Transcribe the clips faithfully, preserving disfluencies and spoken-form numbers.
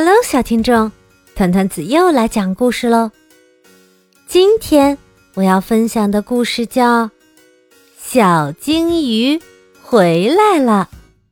Hello， 小听众，团团子又来讲故事喽。今天我要分享的故事叫《小鲸鱼回来了》。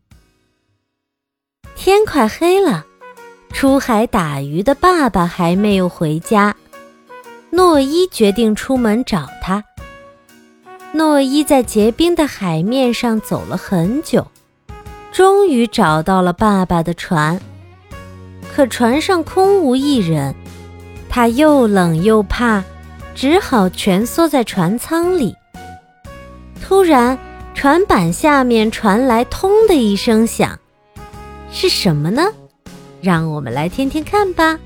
天快黑了，出海打鱼的爸爸还没有回家，诺伊决定出门找他。诺伊在结冰的海面上走了很久，终于找到了爸爸的船。可船上空无一人，他又冷又怕，只好蜷缩在船舱里。突然，船板下面传来通的一声响，是什么呢？让我们来听听看吧。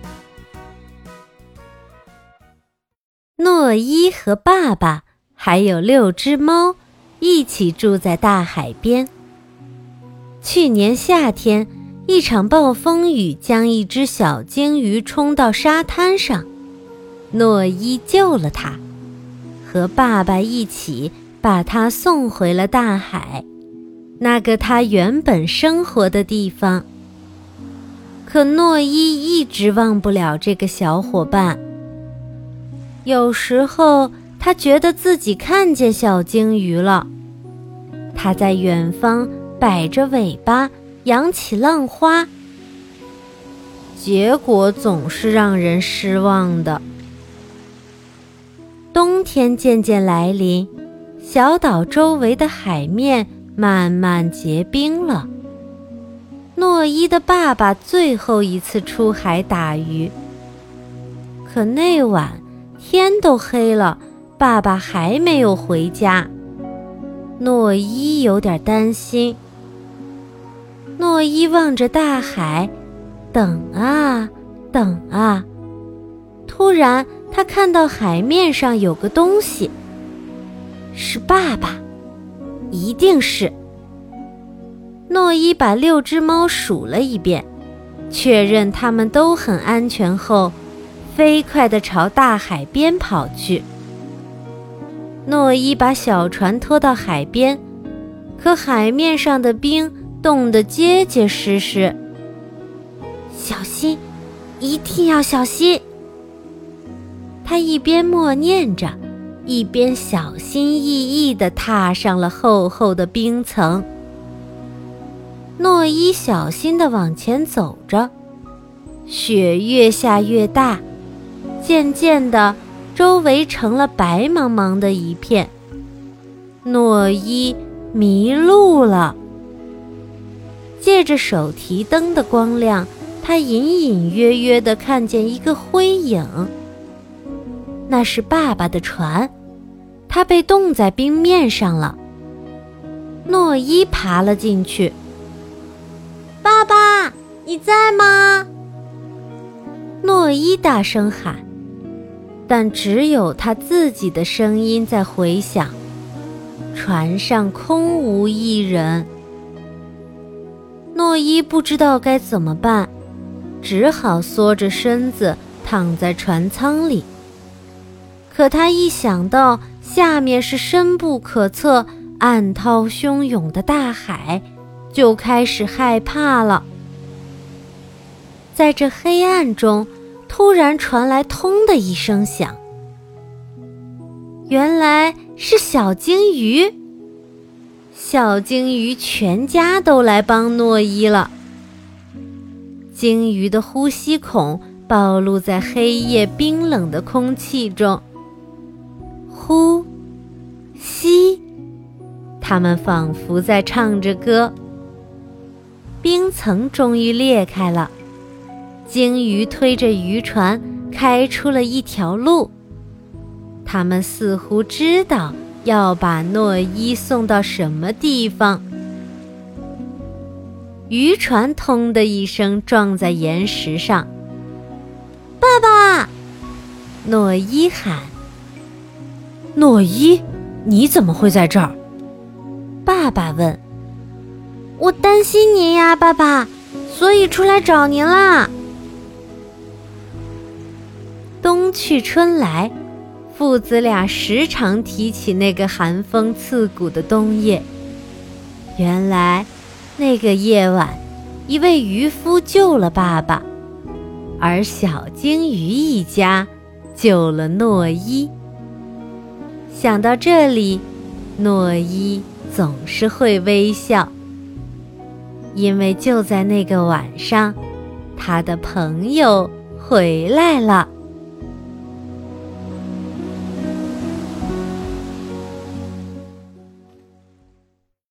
诺伊和爸爸还有六只猫一起住在大海边。去年夏天，一场暴风雨将一只小鲸鱼冲到沙滩上，诺伊救了它，和爸爸一起把它送回了大海，那个它原本生活的地方。可诺伊一直忘不了这个小伙伴。有时候他觉得自己看见小鲸鱼了，它在远方摆着尾巴，扬起浪花，结果总是让人失望的。冬天渐渐来临，小岛周围的海面慢慢结冰了。诺伊的爸爸最后一次出海打鱼，可那晚天都黑了，爸爸还没有回家。诺伊有点担心。诺伊望着大海，等啊等啊，突然他看到海面上有个东西，是爸爸，一定是。诺伊把六只猫数了一遍，确认它们都很安全后，飞快地朝大海边跑去。诺伊把小船拖到海边，可海面上的冰冻得结结实实。小心，一定要小心！他一边默念着，一边小心翼翼地踏上了厚厚的冰层。诺伊小心地往前走着，雪越下越大，渐渐的，周围成了白茫茫的一片。诺伊迷路了。借着手提灯的光亮，他隐隐约约地看见一个灰影。那是爸爸的船，他被冻在冰面上了。诺伊爬了进去。爸爸，你在吗？诺伊大声喊，但只有他自己的声音在回响。船上空无一人。诺伊不知道该怎么办，只好缩着身子躺在船舱里。可他一想到下面是深不可测、暗涛汹涌的大海，就开始害怕了。在这黑暗中，突然传来通的一声响，原来是小鲸鱼。小鲸鱼全家都来帮诺伊了。鲸鱼的呼吸孔暴露在黑夜冰冷的空气中，呼吸，它们仿佛在唱着歌。冰层终于裂开了，鲸鱼推着渔船开出了一条路。它们似乎知道要把诺伊送到什么地方。渔船通的一声撞在岩石上。爸爸！诺伊喊。 诺伊，你怎么会在这儿？ 爸爸问。我担心您呀，爸爸，所以出来找您啦。冬去春来，父子俩时常提起那个寒风刺骨的冬夜。原来那个夜晚，一位渔夫救了爸爸， 而小鲸鱼一家救了诺伊。想到这里，诺伊总是会微笑，因为就在那个晚上，他的朋友回来了。